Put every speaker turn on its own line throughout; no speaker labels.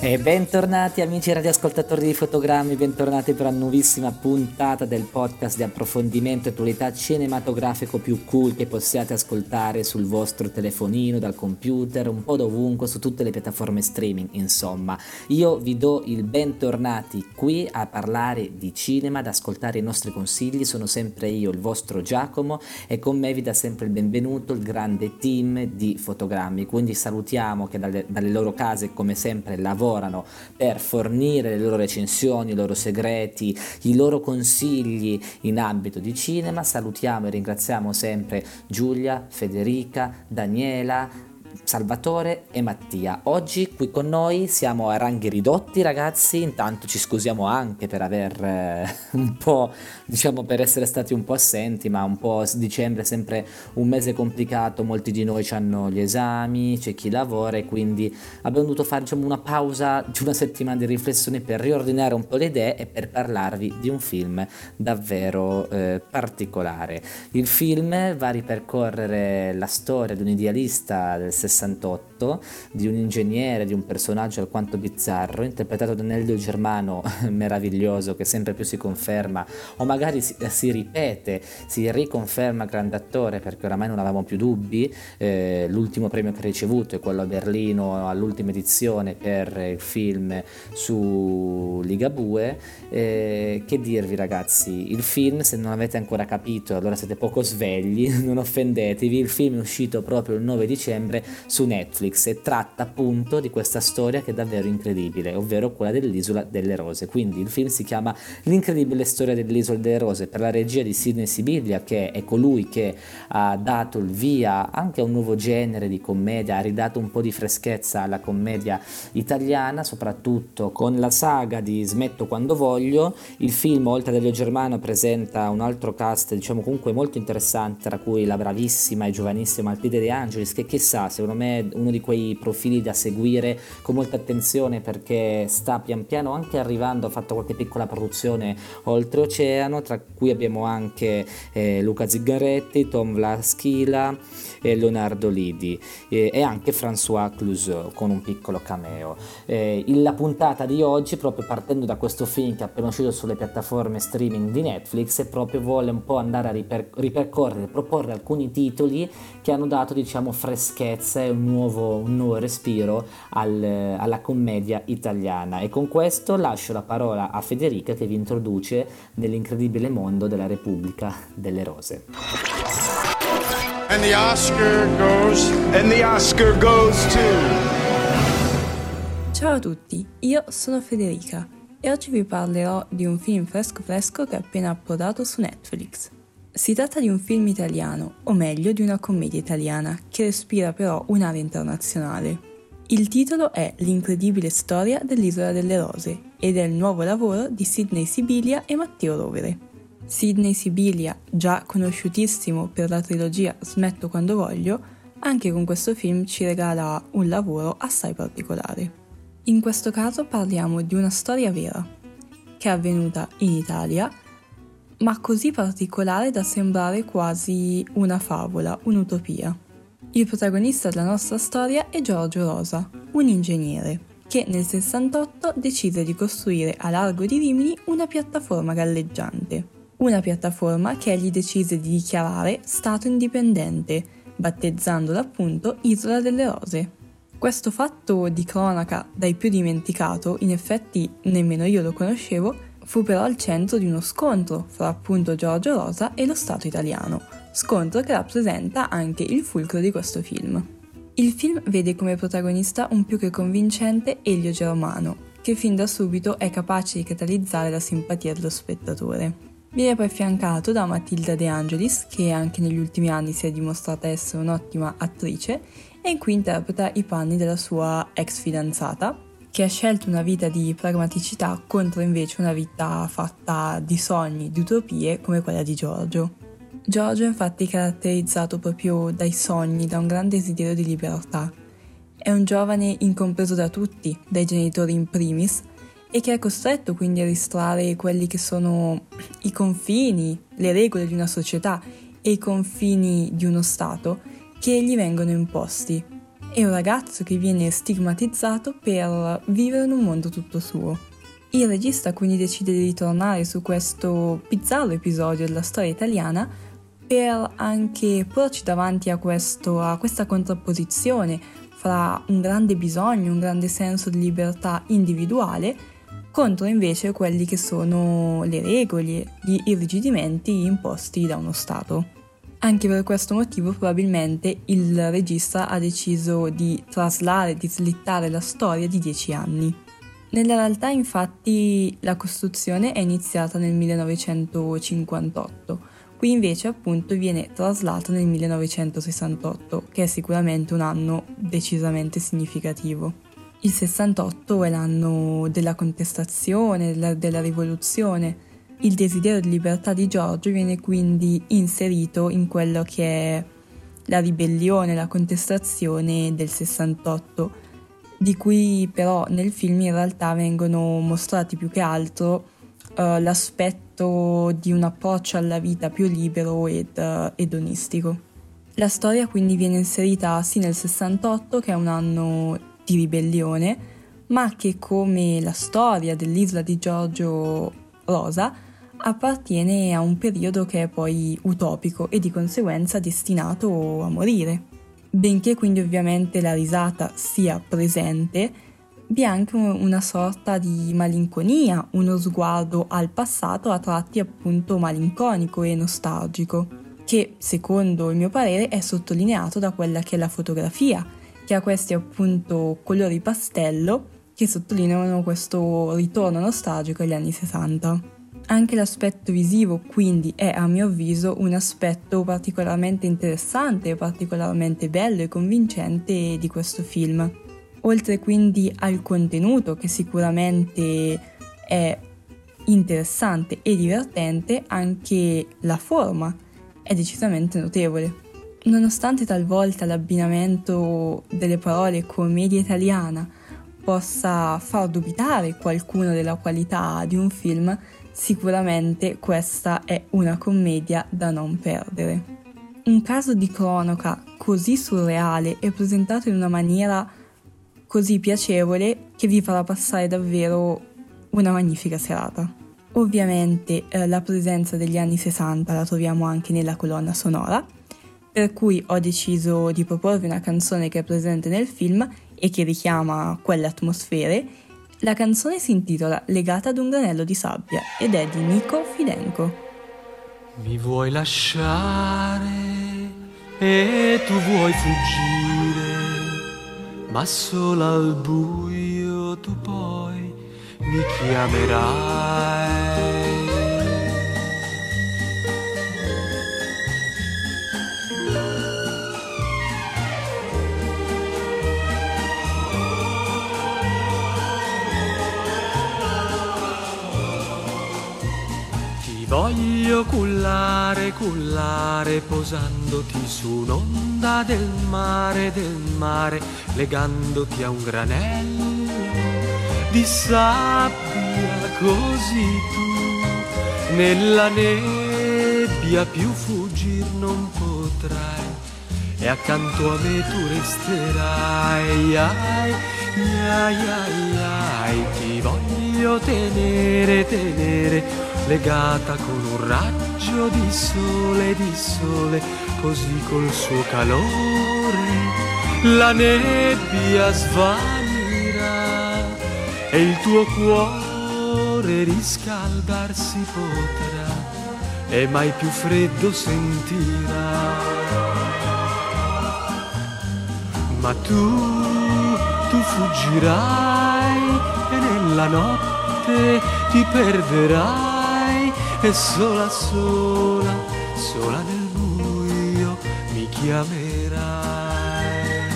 E bentornati amici radioascoltatori di Fotogrammi, bentornati per una nuovissima puntata del podcast di approfondimento e attualità cinematografico più cool che possiate ascoltare sul vostro telefonino, dal computer, un po' dovunque, su tutte le piattaforme streaming, insomma. Io vi do il bentornati qui a parlare di cinema, ad ascoltare i nostri consigli. Sono sempre io, il vostro Giacomo, e con me vi dà sempre il benvenuto il grande team di Fotogrammi. Quindi salutiamo che dalle loro case, come sempre, lavorano per fornire le loro recensioni, i loro segreti, i loro consigli in ambito di cinema. Salutiamo e ringraziamo sempre Giulia, Federica, Daniela, Salvatore e Mattia. Oggi qui con noi siamo a ranghi ridotti, ragazzi. Intanto ci scusiamo anche per aver un po', diciamo, per essere stati un po' assenti, ma un po' dicembre è sempre un mese complicato, molti di noi hanno gli esami, c'è chi lavora, e quindi abbiamo dovuto fare, diciamo, una pausa di una settimana di riflessione per riordinare un po' le idee e per parlarvi di un film davvero particolare. Il film va a ripercorrere la storia di un idealista del 68, di un ingegnere, di un personaggio alquanto bizzarro, interpretato da Nello Germano, meraviglioso, che sempre più si conferma, o magari si ripete, si riconferma grande attore, perché oramai non avevamo più dubbi. L'ultimo premio che ha ricevuto è quello a Berlino all'ultima edizione per il film su Ligabue. Che dirvi, ragazzi, il film, se non avete ancora capito, allora siete poco svegli, non offendetevi. Il film è uscito proprio il 9 dicembre su Netflix e tratta appunto di questa storia che è davvero incredibile, ovvero quella dell'Isola delle Rose. Quindi il film si chiama L'incredibile storia dell'Isola delle Rose, per la regia di Sidney Sibiglia, che è colui che ha dato il via anche a un nuovo genere di commedia, ha ridato un po' di freschezza alla commedia italiana, soprattutto con la saga di Smetto quando voglio. Il film, oltre a Delio Germano, presenta un altro cast, diciamo, comunque molto interessante, tra cui la bravissima e giovanissima Alpide De Angelis, che chissà, secondo me è uno di quei profili da seguire con molta attenzione, perché sta pian piano anche arrivando, ha fatto qualche piccola produzione oltreoceano, tra cui abbiamo anche Luca Zingaretti, Tom Vlaschila e Leonardo Lidi, e anche François Clouseau con un piccolo cameo. La puntata di oggi, proprio partendo da questo film che è appena uscito sulle piattaforme streaming di Netflix, e proprio vuole un po' andare a ripercorrere, proporre alcuni titoli che hanno dato, diciamo, freschezza e un nuovo respiro alla commedia italiana. E con questo lascio la parola a Federica, che vi introduce nell'incredibile mondo della Repubblica delle Rose.
And the Oscar goes to...
Ciao a tutti, io sono Federica e oggi vi parlerò di un film fresco che è appena approdato su Netflix. Si tratta di un film italiano, o meglio di una commedia italiana, che respira però un'area internazionale. Il titolo è L'incredibile storia dell'Isola delle Rose ed è il nuovo lavoro di Sidney Sibiglia e Matteo Rovere. Sidney Sibiglia, già conosciutissimo per la trilogia Smetto quando voglio, anche con questo film ci regala un lavoro assai particolare. In questo caso parliamo di una storia vera, che è avvenuta in Italia, ma così particolare da sembrare quasi una favola, un'utopia. Il protagonista della nostra storia è Giorgio Rosa, un ingegnere, che nel 68 decise di costruire a largo di Rimini una piattaforma galleggiante. Una piattaforma che egli decise di dichiarare stato indipendente, battezzandola appunto Isola delle Rose. Questo fatto di cronaca dai più dimenticato, in effetti nemmeno io lo conoscevo, fu però al centro di uno scontro fra appunto Giorgio Rosa e lo Stato italiano, scontro che rappresenta anche il fulcro di questo film. Il film vede come protagonista un più che convincente Elio Germano, che fin da subito è capace di catalizzare la simpatia dello spettatore. Viene poi affiancato da Matilda De Angelis, che anche negli ultimi anni si è dimostrata essere un'ottima attrice e in cui interpreta i panni della sua ex fidanzata, che ha scelto una vita di pragmaticità contro invece una vita fatta di sogni, di utopie come quella di Giorgio. Giorgio è infatti caratterizzato proprio dai sogni, da un grande desiderio di libertà. È un giovane incompreso da tutti, dai genitori in primis, e che è costretto quindi a ristrarre quelli che sono i confini, le regole di una società e i confini di uno Stato che gli vengono imposti. È un ragazzo che viene stigmatizzato per vivere in un mondo tutto suo. Il regista quindi decide di ritornare su questo bizzarro episodio della storia italiana per anche porci davanti a questa contrapposizione fra un grande bisogno, un grande senso di libertà individuale contro invece quelli che sono le regole, gli irrigidimenti imposti da uno Stato. Anche per questo motivo probabilmente il regista ha deciso di traslare, di slittare la storia di 10 anni. Nella realtà infatti la costruzione è iniziata nel 1958, qui invece appunto viene traslato nel 1968, che è sicuramente un anno decisamente significativo. Il 68 è l'anno della contestazione, della rivoluzione. Il desiderio di libertà di Giorgio viene quindi inserito in quello che è la ribellione, la contestazione del 68, di cui però nel film in realtà vengono mostrati più che altro l'aspetto di un approccio alla vita più libero ed edonistico. La storia quindi viene inserita sì nel 68, che è un anno di ribellione, ma che come la storia dell'isola di Giorgio Rosa appartiene a un periodo che è poi utopico e di conseguenza destinato a morire. Benché quindi ovviamente la risata sia presente, vi è anche una sorta di malinconia, uno sguardo al passato a tratti appunto malinconico e nostalgico, che secondo il mio parere è sottolineato da quella che è la fotografia, che ha questi appunto colori pastello che sottolineano questo ritorno nostalgico agli anni 60. Anche l'aspetto visivo quindi è a mio avviso un aspetto particolarmente interessante, particolarmente bello e convincente di questo film. Oltre quindi al contenuto che sicuramente è interessante e divertente, anche la forma è decisamente notevole. Nonostante talvolta l'abbinamento delle parole commedia italiana possa far dubitare qualcuno della qualità di un film, sicuramente questa è una commedia da non perdere. Un caso di cronaca così surreale e presentato in una maniera così piacevole che vi farà passare davvero una magnifica serata. Ovviamente la presenza degli anni 60 la troviamo anche nella colonna sonora, per cui ho deciso di proporvi una canzone che è presente nel film e che richiama quelle atmosfere. La canzone si intitola Legata ad un granello di sabbia ed è di Nico Fidenco.
Mi vuoi lasciare e tu vuoi fuggire, ma solo al buio tu poi mi chiamerai. Voglio cullare, posandoti su un'onda del mare, legandoti a un granello di sabbia, così tu nella nebbia più fuggir non potrai, e accanto a me tu resterai, ai, ai, ai, ai, ti voglio tenere, legata con un raggio di sole, così col suo calore la nebbia svanirà e il tuo cuore riscaldarsi potrà e mai più freddo sentirà. Ma tu fuggirai e nella notte ti perderai, e sola nel buio mi chiamerai.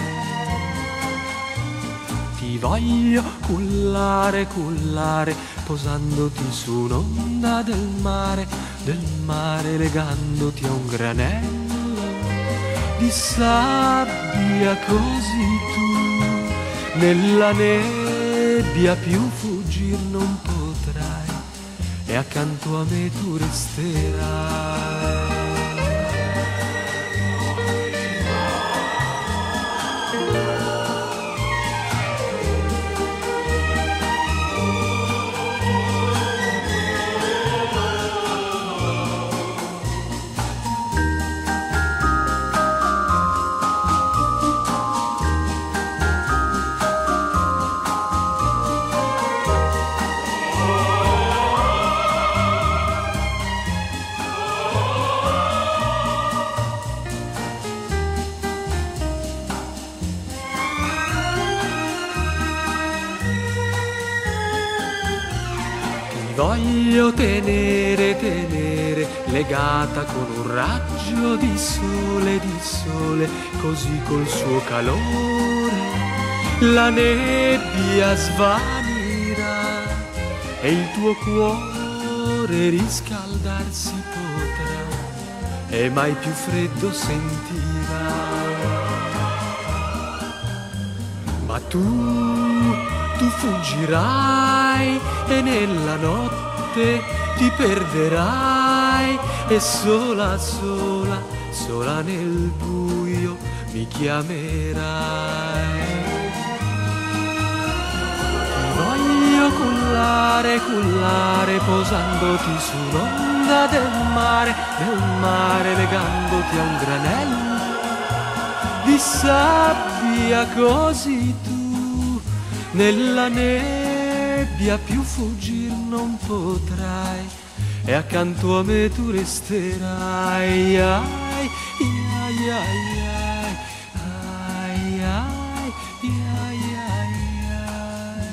Ti voglio cullare, posandoti su un'onda del mare, legandoti a un granello di sabbia, così tu nella nebbia più fuggir non potrai, e accanto a me tu resterai. voglio tenere legata con un raggio di sole, così col suo calore la nebbia svanirà e il tuo cuore riscaldarsi potrà e mai più freddo sentirà. Ma tu fuggirai e nella notte ti perderai e sola nel buio mi chiamerai. Ti voglio cullare posandoti su un'onda del mare legandoti a un granello di sabbia, così tu nella nebbia più fuggir non potrai e accanto a me tu resterai. Ai, ai, ai, ai, ai, ai, ai, ai.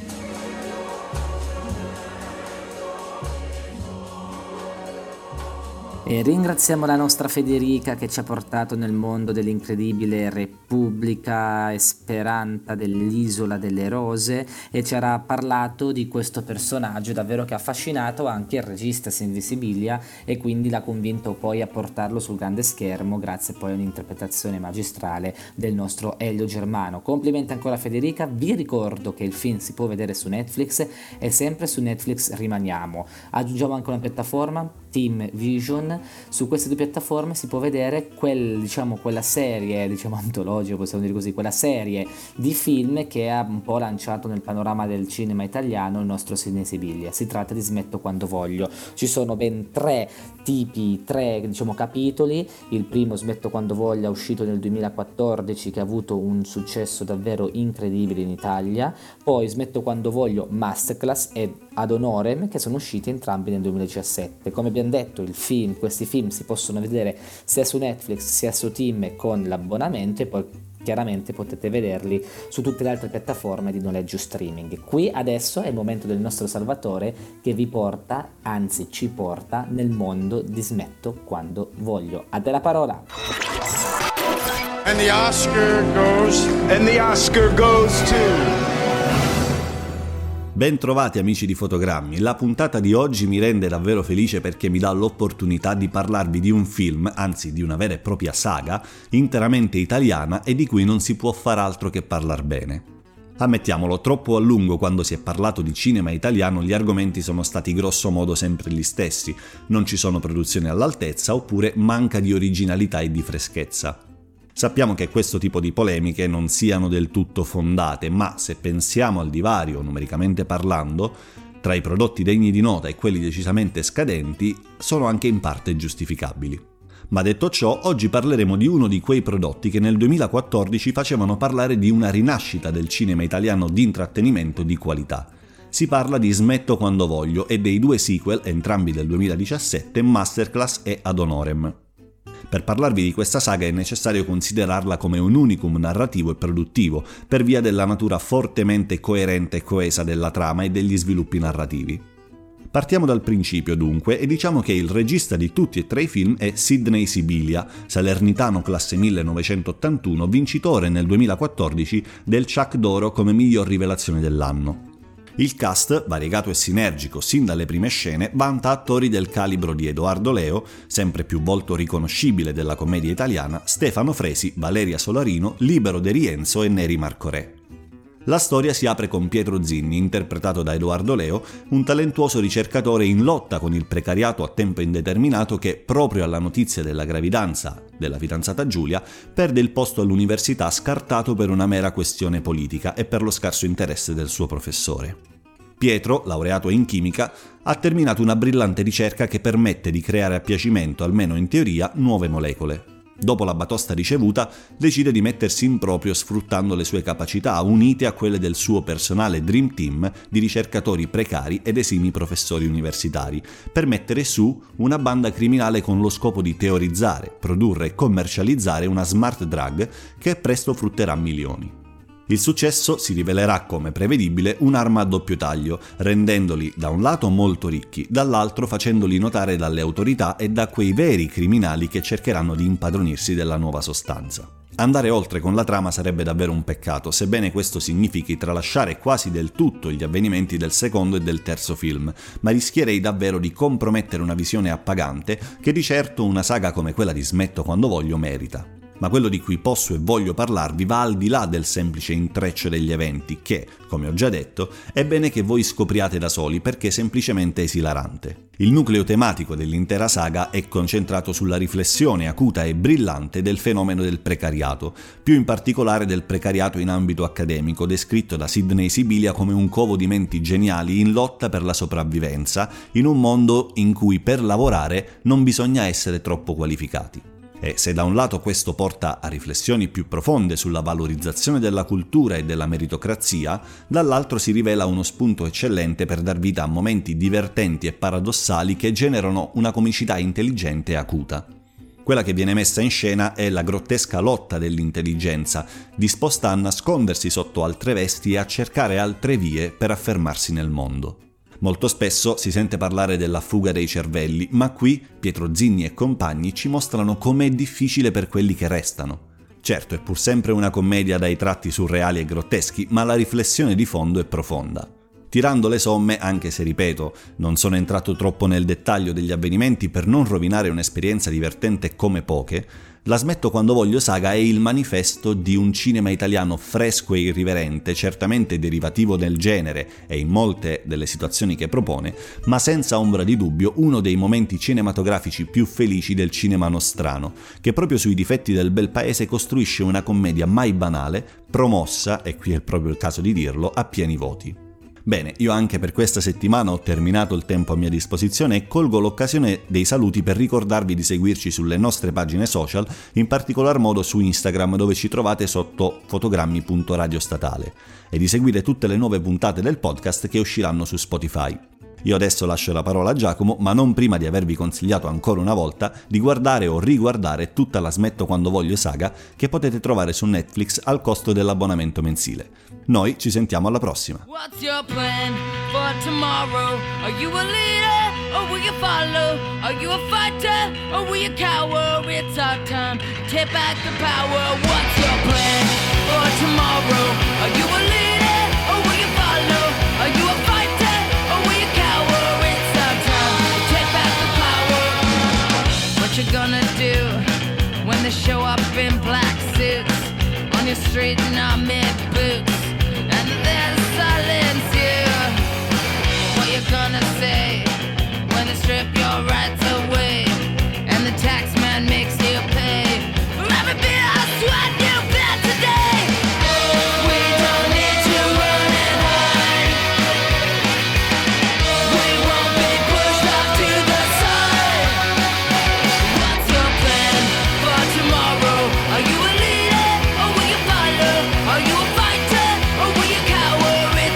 E ringraziamo la nostra Federica che ci ha portato nel mondo dell'incredibile Repubblica Esperanta dell'Isola delle Rose e ci ha parlato di questo personaggio davvero che ha affascinato anche il regista Invisibilia e quindi l'ha convinto poi a portarlo sul grande schermo grazie poi a un'interpretazione magistrale del nostro Elio Germano. Complimenti ancora a Federica, vi ricordo che il film si può vedere su Netflix e sempre su Netflix rimaniamo. Aggiungiamo anche una piattaforma, Team Vision. Su queste due piattaforme si può vedere quella serie antologica, possiamo dire così, quella serie di film che ha un po' lanciato nel panorama del cinema italiano il nostro Cinesibilia. Si tratta di Smetto quando voglio. Ci sono ben tre capitoli. Il primo, Smetto quando voglio, è uscito nel 2014, che ha avuto un successo davvero incredibile in Italia. Poi Smetto quando voglio Masterclass e Ad Honorem, che sono usciti entrambi nel 2017. Come abbiamo detto, questi film si possono vedere sia su Netflix sia su Team con l'abbonamento e poi chiaramente potete vederli su tutte le altre piattaforme di noleggio streaming. Qui adesso è il momento del nostro Salvatore che vi porta, anzi ci porta, nel mondo di Smetto quando voglio. A te la parola!
And the Oscar goes to...
Ben trovati amici di Fotogrammi, la puntata di oggi mi rende davvero felice perché mi dà l'opportunità di parlarvi di un film, anzi di una vera e propria saga, interamente italiana e di cui non si può far altro che parlar bene. Ammettiamolo, troppo a lungo quando si è parlato di cinema italiano gli argomenti sono stati grosso modo sempre gli stessi, non ci sono produzioni all'altezza oppure manca di originalità e di freschezza. Sappiamo che questo tipo di polemiche non siano del tutto fondate, ma se pensiamo al divario, numericamente parlando, tra i prodotti degni di nota e quelli decisamente scadenti, sono anche in parte giustificabili. Ma detto ciò, oggi parleremo di uno di quei prodotti che nel 2014 facevano parlare di una rinascita del cinema italiano di intrattenimento di qualità. Si parla di Smetto quando voglio e dei due sequel, entrambi del 2017, Masterclass e Ad Honorem. Per parlarvi di questa saga è necessario considerarla come un unicum narrativo e produttivo, per via della natura fortemente coerente e coesa della trama e degli sviluppi narrativi. Partiamo dal principio dunque e diciamo che il regista di tutti e tre i film è Sidney Sibilia, salernitano classe 1981, vincitore nel 2014 del Ciak d'Oro come miglior rivelazione dell'anno. Il cast, variegato e sinergico sin dalle prime scene, vanta attori del calibro di Edoardo Leo, sempre più volto riconoscibile della commedia italiana, Stefano Fresi, Valeria Solarino, Libero De Rienzo e Neri Marco Re. La storia si apre con Pietro Zinni, interpretato da Edoardo Leo, un talentuoso ricercatore in lotta con il precariato a tempo indeterminato che, proprio alla notizia della gravidanza della fidanzata Giulia, perde il posto all'università scartato per una mera questione politica e per lo scarso interesse del suo professore. Pietro, laureato in chimica, ha terminato una brillante ricerca che permette di creare a piacimento, almeno in teoria, nuove molecole. Dopo la batosta ricevuta, decide di mettersi in proprio sfruttando le sue capacità unite a quelle del suo personale Dream Team di ricercatori precari ed esimi professori universitari, per mettere su una banda criminale con lo scopo di teorizzare, produrre e commercializzare una smart drug che presto frutterà milioni. Il successo si rivelerà, come prevedibile, un'arma a doppio taglio, rendendoli da un lato molto ricchi, dall'altro facendoli notare dalle autorità e da quei veri criminali che cercheranno di impadronirsi della nuova sostanza. Andare oltre con la trama sarebbe davvero un peccato, sebbene questo significhi tralasciare quasi del tutto gli avvenimenti del secondo e del terzo film, ma rischierei davvero di compromettere una visione appagante che di certo una saga come quella di Smetto quando voglio merita. Ma quello di cui posso e voglio parlarvi va al di là del semplice intreccio degli eventi che, come ho già detto, è bene che voi scopriate da soli perché è semplicemente esilarante. Il nucleo tematico dell'intera saga è concentrato sulla riflessione acuta e brillante del fenomeno del precariato, più in particolare del precariato in ambito accademico, descritto da Sidney Sibilia come un covo di menti geniali in lotta per la sopravvivenza, in un mondo in cui per lavorare non bisogna essere troppo qualificati. E se da un lato questo porta a riflessioni più profonde sulla valorizzazione della cultura e della meritocrazia, dall'altro si rivela uno spunto eccellente per dar vita a momenti divertenti e paradossali che generano una comicità intelligente e acuta. Quella che viene messa in scena è la grottesca lotta dell'intelligenza, disposta a nascondersi sotto altre vesti e a cercare altre vie per affermarsi nel mondo. Molto spesso si sente parlare della fuga dei cervelli, ma qui Pietro Zinni e compagni ci mostrano com'è difficile per quelli che restano. Certo, è pur sempre una commedia dai tratti surreali e grotteschi, ma la riflessione di fondo è profonda. Tirando le somme, anche se ripeto, non sono entrato troppo nel dettaglio degli avvenimenti per non rovinare un'esperienza divertente come poche, la Smetto quando voglio saga è il manifesto di un cinema italiano fresco e irriverente, certamente derivativo del genere e in molte delle situazioni che propone, ma senza ombra di dubbio uno dei momenti cinematografici più felici del cinema nostrano, che proprio sui difetti del bel paese costruisce una commedia mai banale, promossa, e qui è proprio il caso di dirlo, a pieni voti. Bene, io anche per questa settimana ho terminato il tempo a mia disposizione e colgo l'occasione dei saluti per ricordarvi di seguirci sulle nostre pagine social, in particolar modo su Instagram dove ci trovate sotto fotogrammi.radiostatale, e di seguire tutte le nuove puntate del podcast che usciranno su Spotify. Io adesso lascio la parola a Giacomo, ma non prima di avervi consigliato ancora una volta di guardare o riguardare tutta la Smetto quando voglio saga che potete trovare su Netflix al costo dell'abbonamento mensile. Noi ci sentiamo alla prossima.
What's your plan for tomorrow? Are you a leader or will you follow? Are you a fighter or will you cower? It's our time to take back the power. What's your plan for tomorrow? Are you a leader or will you follow? Are you a fighter or will you cower? It's our time to take back the power. What you gonna do when they show up in black suits on your street in army boots? Silence you. What you gonna say when they strip your rights away and the tax man makes you pay for every bit of sweat you've got today? We don't need to run and hide. We won't be pushed off to the side. What's your plan for tomorrow? Are you a leader or will you follow? Are you a fighter or will you cower?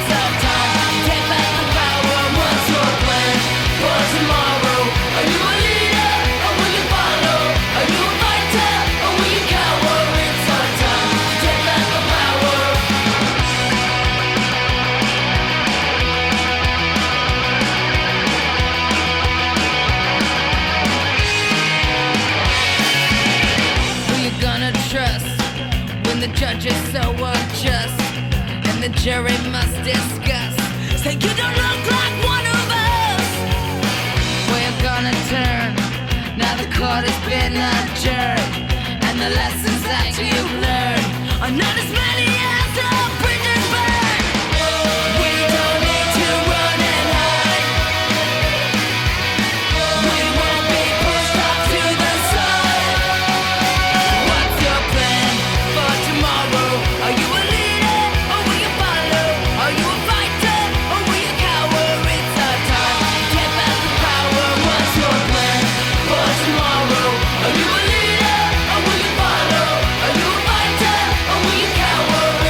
The judge is so unjust and the jury must discuss. Say you don't look like one of us. We're gonna turn. Now the court has been adjourned and the lessons that you've learned are not as many as the bridges burn. We don't need to run and hide. We won't be pushed off to the side. What's your plan for tomorrow? Are you a leader or will you follow? Are you a fighter or will you cower? It's our time to take back the power. What's your plan for tomorrow? Are you a leader or will you follow? Are you a fighter or will you cower?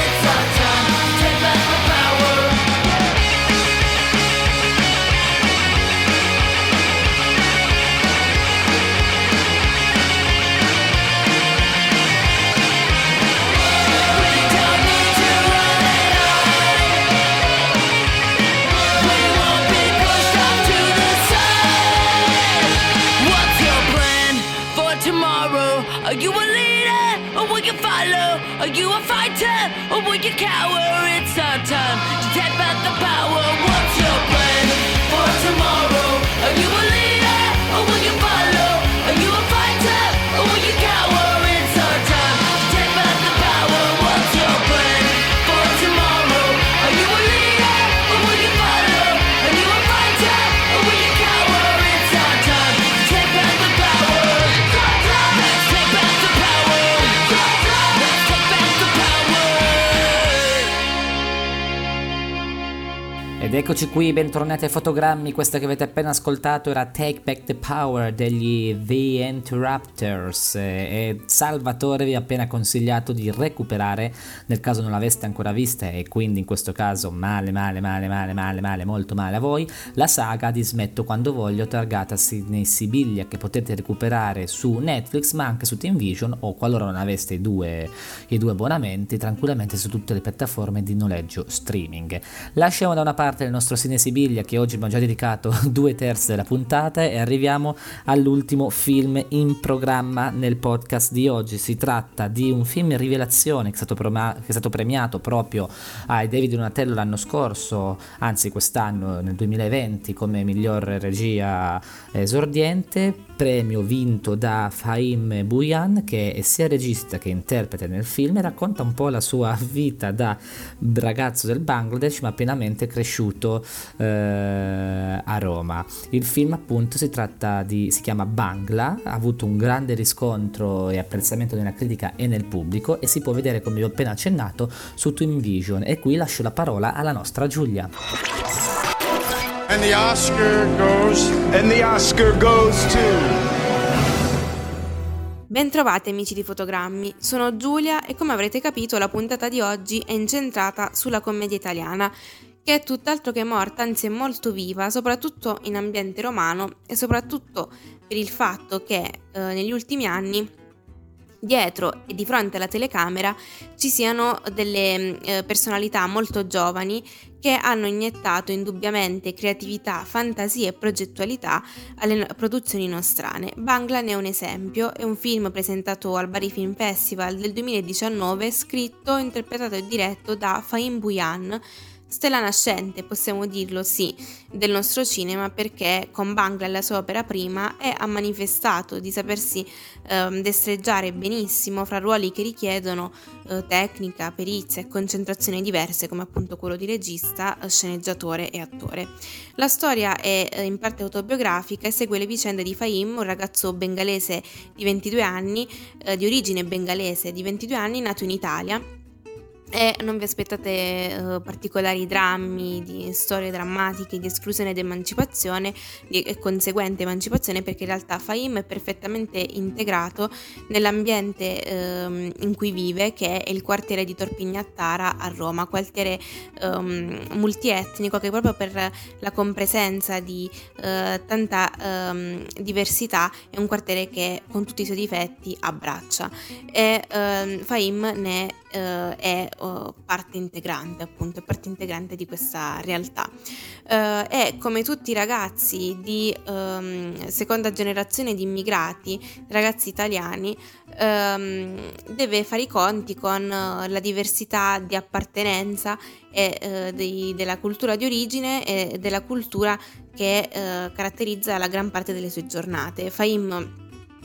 Are you a leader or will you follow? Are you a fighter or will you cower? It's our time to take back the power. What's your plan for tomorrow? Are you a leader or will you follow? Are you a fighter or will you cower? It's our time to take back the power. What's your plan for tomorrow? Are you a leader or will you follow? Are you a fighter or will you cower? It's our time to take back the power. Let's take back the power. Let's take back the power.
Ed eccoci qui, bentornati ai fotogrammi. Questa che avete appena ascoltato era Take Back the Power degli The Interrupters, e Salvatore vi ha appena consigliato di recuperare, nel caso non l'aveste ancora vista, e quindi in questo caso male, molto male a voi, la saga di Smetto quando voglio, targata Sidney Sibiglia, che potete recuperare su Netflix ma anche su TeamVision, o qualora non aveste i due abbonamenti, tranquillamente su tutte le piattaforme di noleggio streaming. Lasciamo da una parte il nostro Cine Sibiglia, che oggi abbiamo già dedicato 2/3 della puntata, e arriviamo all'ultimo film in programma nel podcast di oggi. Si tratta di un film rivelazione che è stato premiato proprio ai David Donatello l'anno scorso, anzi quest'anno nel 2020, come miglior regia esordiente, premio vinto da Fahim Bhuiyan, che è sia regista che interprete nel film, e racconta un po' la sua vita da ragazzo del Bangladesh ma pienamente cresciuto a Roma. Il film appunto si chiama Bangla, ha avuto un grande riscontro e apprezzamento nella critica e nel pubblico, e si può vedere, come vi ho appena accennato, su TeamVision. E qui lascio la parola alla nostra Giulia.
And the Oscar goes to...
Bentrovati amici di Fotogrammi, sono Giulia e come avrete capito la puntata di oggi è incentrata sulla commedia italiana, che è tutt'altro che morta, anzi è molto viva, soprattutto in ambiente romano, e soprattutto per il fatto che negli ultimi anni dietro e di fronte alla telecamera ci siano delle personalità molto giovani che hanno iniettato indubbiamente creatività, fantasia e progettualità alle produzioni nostrane. Bangla ne è un esempio, è un film presentato al Bari Film Festival del 2019, scritto, interpretato e diretto da Fahim Bhuiyan, stella nascente, possiamo dirlo, sì, del nostro cinema, perché con Bangla, la sua opera prima, ha manifestato di sapersi destreggiare benissimo fra ruoli che richiedono tecnica, perizia e concentrazione diverse, come appunto quello di regista, sceneggiatore e attore. La storia è in parte autobiografica e segue le vicende di Fahim, un ragazzo bengalese di 22 anni, di origine bengalese di 22 anni, nato in Italia. E non vi aspettate particolari drammi, di storie drammatiche di esclusione ed emancipazione e conseguente emancipazione, perché in realtà Fahim è perfettamente integrato nell'ambiente in cui vive, che è il quartiere di Torpignattara a Roma, quartiere multietnico, che proprio per la compresenza di tanta diversità è un quartiere che con tutti i suoi difetti abbraccia, e Fahim ne è parte integrante, appunto, è parte integrante di questa realtà. E come tutti i ragazzi di seconda generazione di immigrati, ragazzi italiani, deve fare i conti con la diversità di appartenenza e della cultura di origine e della cultura che caratterizza la gran parte delle sue giornate. Fahim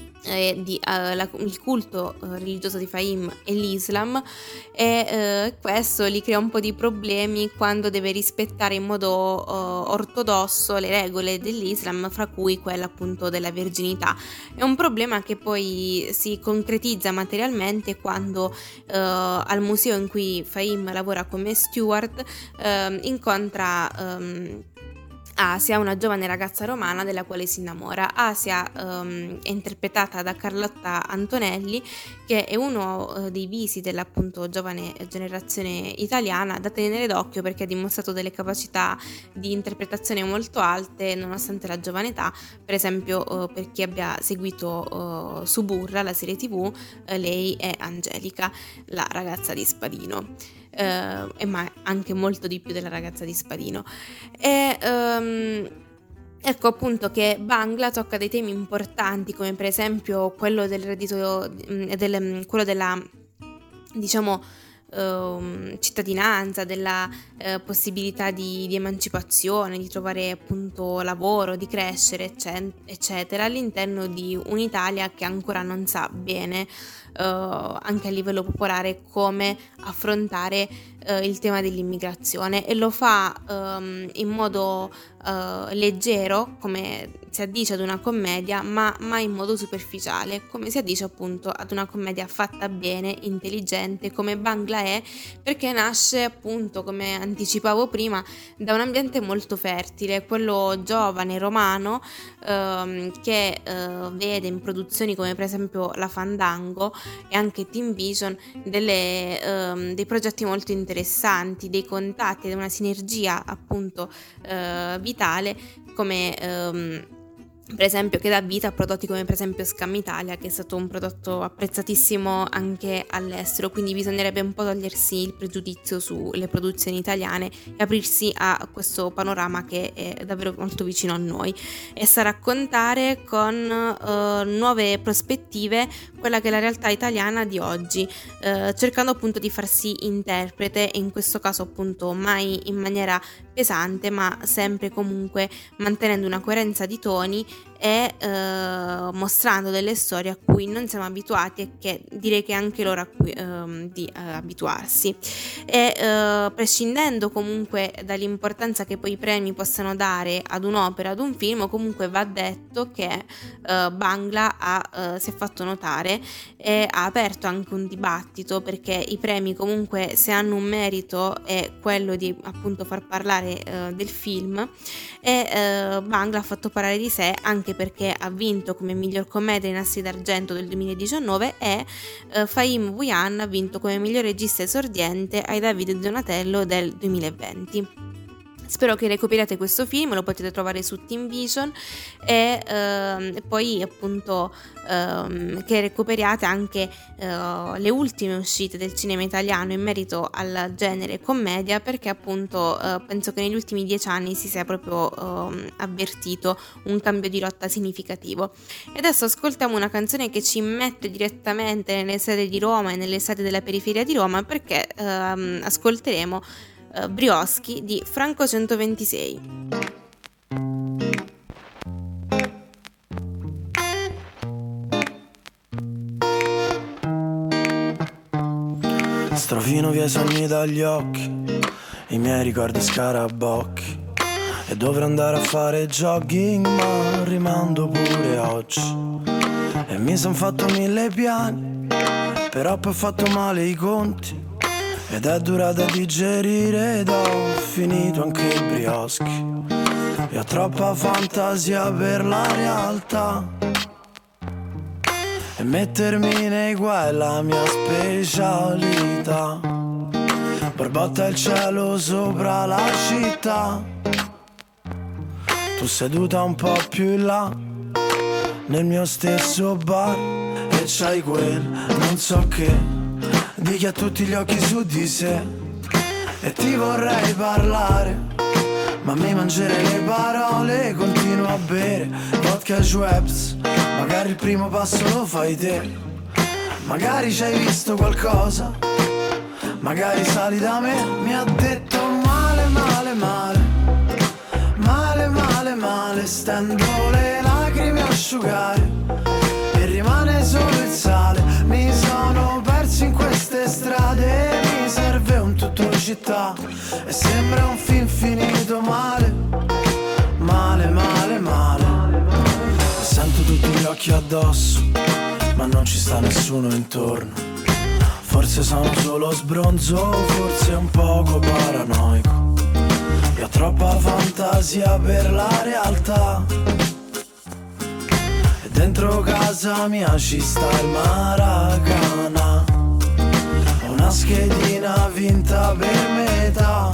il culto religioso di Fahim è l'Islam, e questo gli crea un po' di problemi quando deve rispettare in modo ortodosso le regole dell'Islam, fra cui quella appunto della verginità. È un problema che poi si concretizza materialmente quando al museo in cui Fahim lavora come steward incontra Asia, una giovane ragazza romana della quale si innamora. Asia è interpretata da Carlotta Antonelli, che è uno dei visi dell'appunto giovane generazione italiana da tenere d'occhio, perché ha dimostrato delle capacità di interpretazione molto alte nonostante la giovane età. Per esempio, per chi abbia seguito Suburra, la serie TV, lei è Angelica, la ragazza di Spadino. Ma anche molto di più della ragazza di Spadino. ecco appunto che Bangla tocca dei temi importanti, come per esempio quello del reddito, quello della, diciamo, cittadinanza, della possibilità di emancipazione, di trovare appunto lavoro, di crescere, eccetera, all'interno di un'Italia che ancora non sa bene anche a livello popolare come affrontare il tema dell'immigrazione, e lo fa in modo leggero, come si addice ad una commedia, ma in modo superficiale, come si addice appunto ad una commedia fatta bene, intelligente, come Bangla è, perché nasce appunto, come anticipavo prima, da un ambiente molto fertile, quello giovane romano, che vede in produzioni come per esempio La Fandango e anche Team Vision dei progetti molto interessanti, dei contatti ed una sinergia appunto vitale, come per esempio, che dà vita a prodotti come per esempio Scam Italia, che è stato un prodotto apprezzatissimo anche all'estero, quindi bisognerebbe un po' togliersi il pregiudizio sulle produzioni italiane e aprirsi a questo panorama che è davvero molto vicino a noi, e sa raccontare con nuove prospettive quella che è la realtà italiana di oggi, cercando appunto di farsi interprete, e in questo caso appunto mai in maniera pesante, ma sempre comunque mantenendo una coerenza di toni e mostrando delle storie a cui non siamo abituati, e che direi che è anche l'ora di abituarsi, e prescindendo comunque dall'importanza che poi i premi possano dare ad un'opera, ad un film, comunque va detto che Bangla si è fatto notare e ha aperto anche un dibattito, perché i premi comunque, se hanno un merito, è quello di appunto far parlare del film, e Bangla ha fatto parlare di sé anche perché ha vinto come miglior commedia in Nastri d'Argento del 2019, e Fahim Bhuiyan ha vinto come miglior regista esordiente ai David e Donatello del 2020. Spero che recuperiate questo film, lo potete trovare su Team Vision, e poi appunto che recuperiate anche le ultime uscite del cinema italiano in merito al genere commedia, perché appunto penso che negli ultimi 10 anni si sia proprio avvertito un cambio di rotta significativo. E adesso ascoltiamo una canzone che ci mette direttamente nelle strade di Roma e nelle strade della periferia di Roma, perché ascolteremo Brioschi di Franco 126.
Strofino via i sogni dagli occhi, i miei ricordi scarabocchi, e dovrei andare a fare jogging, ma rimando pure oggi. E mi son fatto 1000 piani, però poi ho fatto male i conti, ed è dura da digerire, ed ho finito anche i brioschi. E ho troppa fantasia per la realtà, e mettermi nei guai è la mia specialità. Borbotta il cielo sopra la città, tu seduta un po' più in là nel mio stesso bar, e c'hai quel non so che di chi ha tutti gli occhi su di sé, e ti vorrei parlare, ma mi mangerei le parole. Continuo a bere vodka Schweppes, magari il primo passo lo fai te, magari ci hai visto qualcosa, magari sali da me. Mi ha detto male, male, male, male, male, male, stendo le lacrime a asciugare e rimane solo il sale. Mi sono perso in queste strade, mi serve un tutto città, e sembra un film finito male, male, male, male. Sento tutti gli occhi addosso, ma non ci sta nessuno intorno. Forse sono solo sbronzo, forse un poco paranoico, e ho troppa fantasia per la realtà. E dentro casa mia ci sta il Maracana, ho una schedina vinta per metà.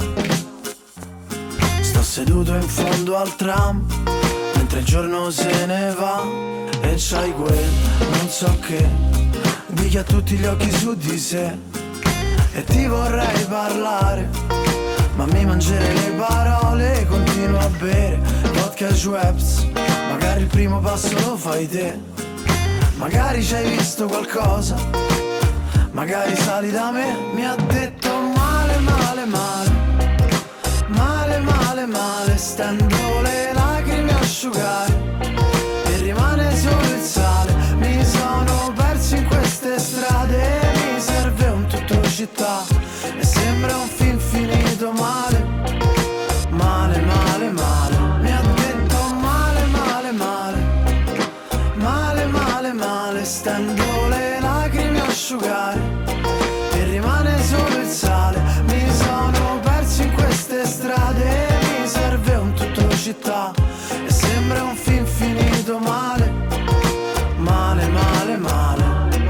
Sto seduto in fondo al tram mentre il giorno se ne va, e c'hai quel non so che di chi ha tutti gli occhi su di sé, e ti vorrei parlare, ma mi mangerei le parole. Continuo a bere vodka e Schweppes, magari il primo passo lo fai te, magari ci hai visto qualcosa, magari sali da me. Mi ha detto male, male, male, male, male, male, stendo le lacrime a asciugare e rimane solo il sale. Mi sono perso in queste strade, mi serve un tutto città e sembra un film finito male, male, male, male. Mi ha detto male, male, male, male, male, male, stendo le lacrime a asciugare e rimane solo il sale. Mi sono perso in queste strade, mi serve un tutto città e sembra un film finito male, male, male, male.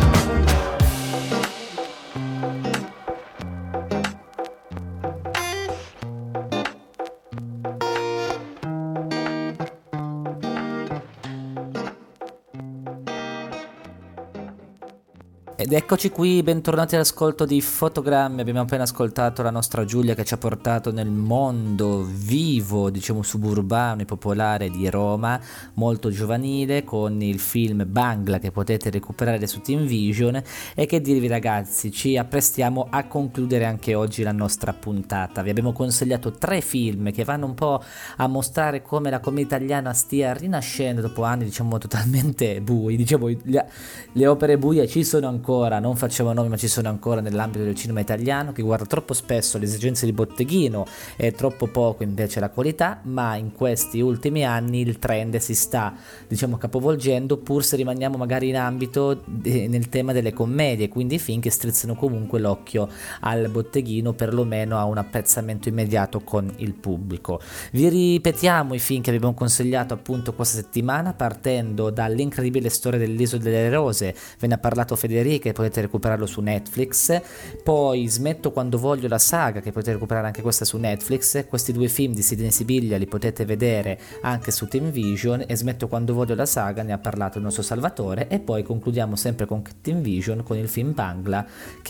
Ed eccoci qui, bentornati all'ascolto di Fotogrammi. Abbiamo appena ascoltato la nostra Giulia che ci ha portato nel mondo vivo, diciamo suburbano e popolare di Roma, molto giovanile, con il film Bangla che potete recuperare su Team Vision. E che dirvi ragazzi, ci apprestiamo a concludere anche oggi la nostra puntata. Vi abbiamo consigliato 3 film che vanno un po' a mostrare come la commedia italiana stia rinascendo dopo anni diciamo totalmente bui. Diciamo le opere buie ci sono ancora, non facciamo nomi ma ci sono ancora nell'ambito del cinema italiano, che guarda troppo spesso le esigenze di botteghino e troppo poco invece la qualità. Ma in questi ultimi anni il trend si sta diciamo capovolgendo, pur se rimaniamo magari in ambito nel tema delle commedie, quindi film che strizzano comunque l'occhio al botteghino, perlomeno a un apprezzamento immediato con il pubblico. Vi ripetiamo i film che abbiamo consigliato appunto questa settimana, partendo dall'incredibile storia dell'Isola delle Rose. Ve ne ha parlato Federica che potete recuperarlo su Netflix, poi Smetto quando voglio, la saga, che potete recuperare anche questa su Netflix. Questi 2 film di Sidney Sibiglia li potete vedere anche su Team Vision, e Smetto quando voglio, la saga, ne ha parlato il nostro Salvatore. E poi concludiamo sempre con Team Vision con il film Bangla,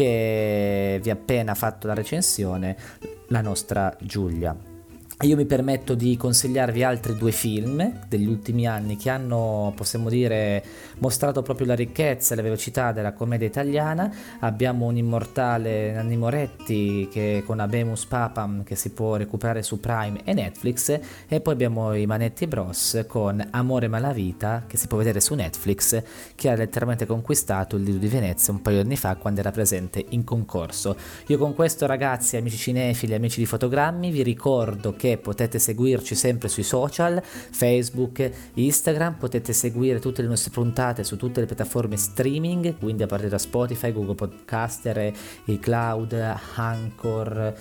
che vi ha appena fatto la recensione la nostra Giulia. Io mi permetto di consigliarvi altri 2 film degli ultimi anni che hanno, possiamo dire, mostrato proprio la ricchezza e la velocità della commedia italiana. Abbiamo un immortale Nanni Moretti che con Habemus Papam, che si può recuperare su Prime e Netflix, e poi abbiamo i Manetti Bros con Amore Malavita, che si può vedere su Netflix, che ha letteralmente conquistato il Lido di Venezia un paio di anni fa quando era presente in concorso. Io con questo ragazzi, amici cinefili, amici di Fotogrammi, vi ricordo che potete seguirci sempre sui social, Facebook, Instagram, potete seguire tutte le nostre puntate su tutte le piattaforme streaming, quindi a partire da Spotify, Google Podcaster, iCloud, Anchor,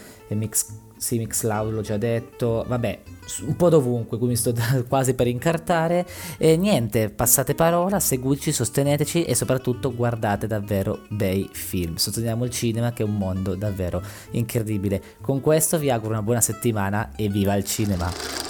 Mixcloud l'ho già detto, vabbè, un po' dovunque, qui mi sto quasi per incartare. E niente, passate parola, seguiteci, sosteneteci e soprattutto guardate davvero bei film. Sosteniamo il cinema, che è un mondo davvero incredibile. Con questo vi auguro una buona settimana e viva il cinema!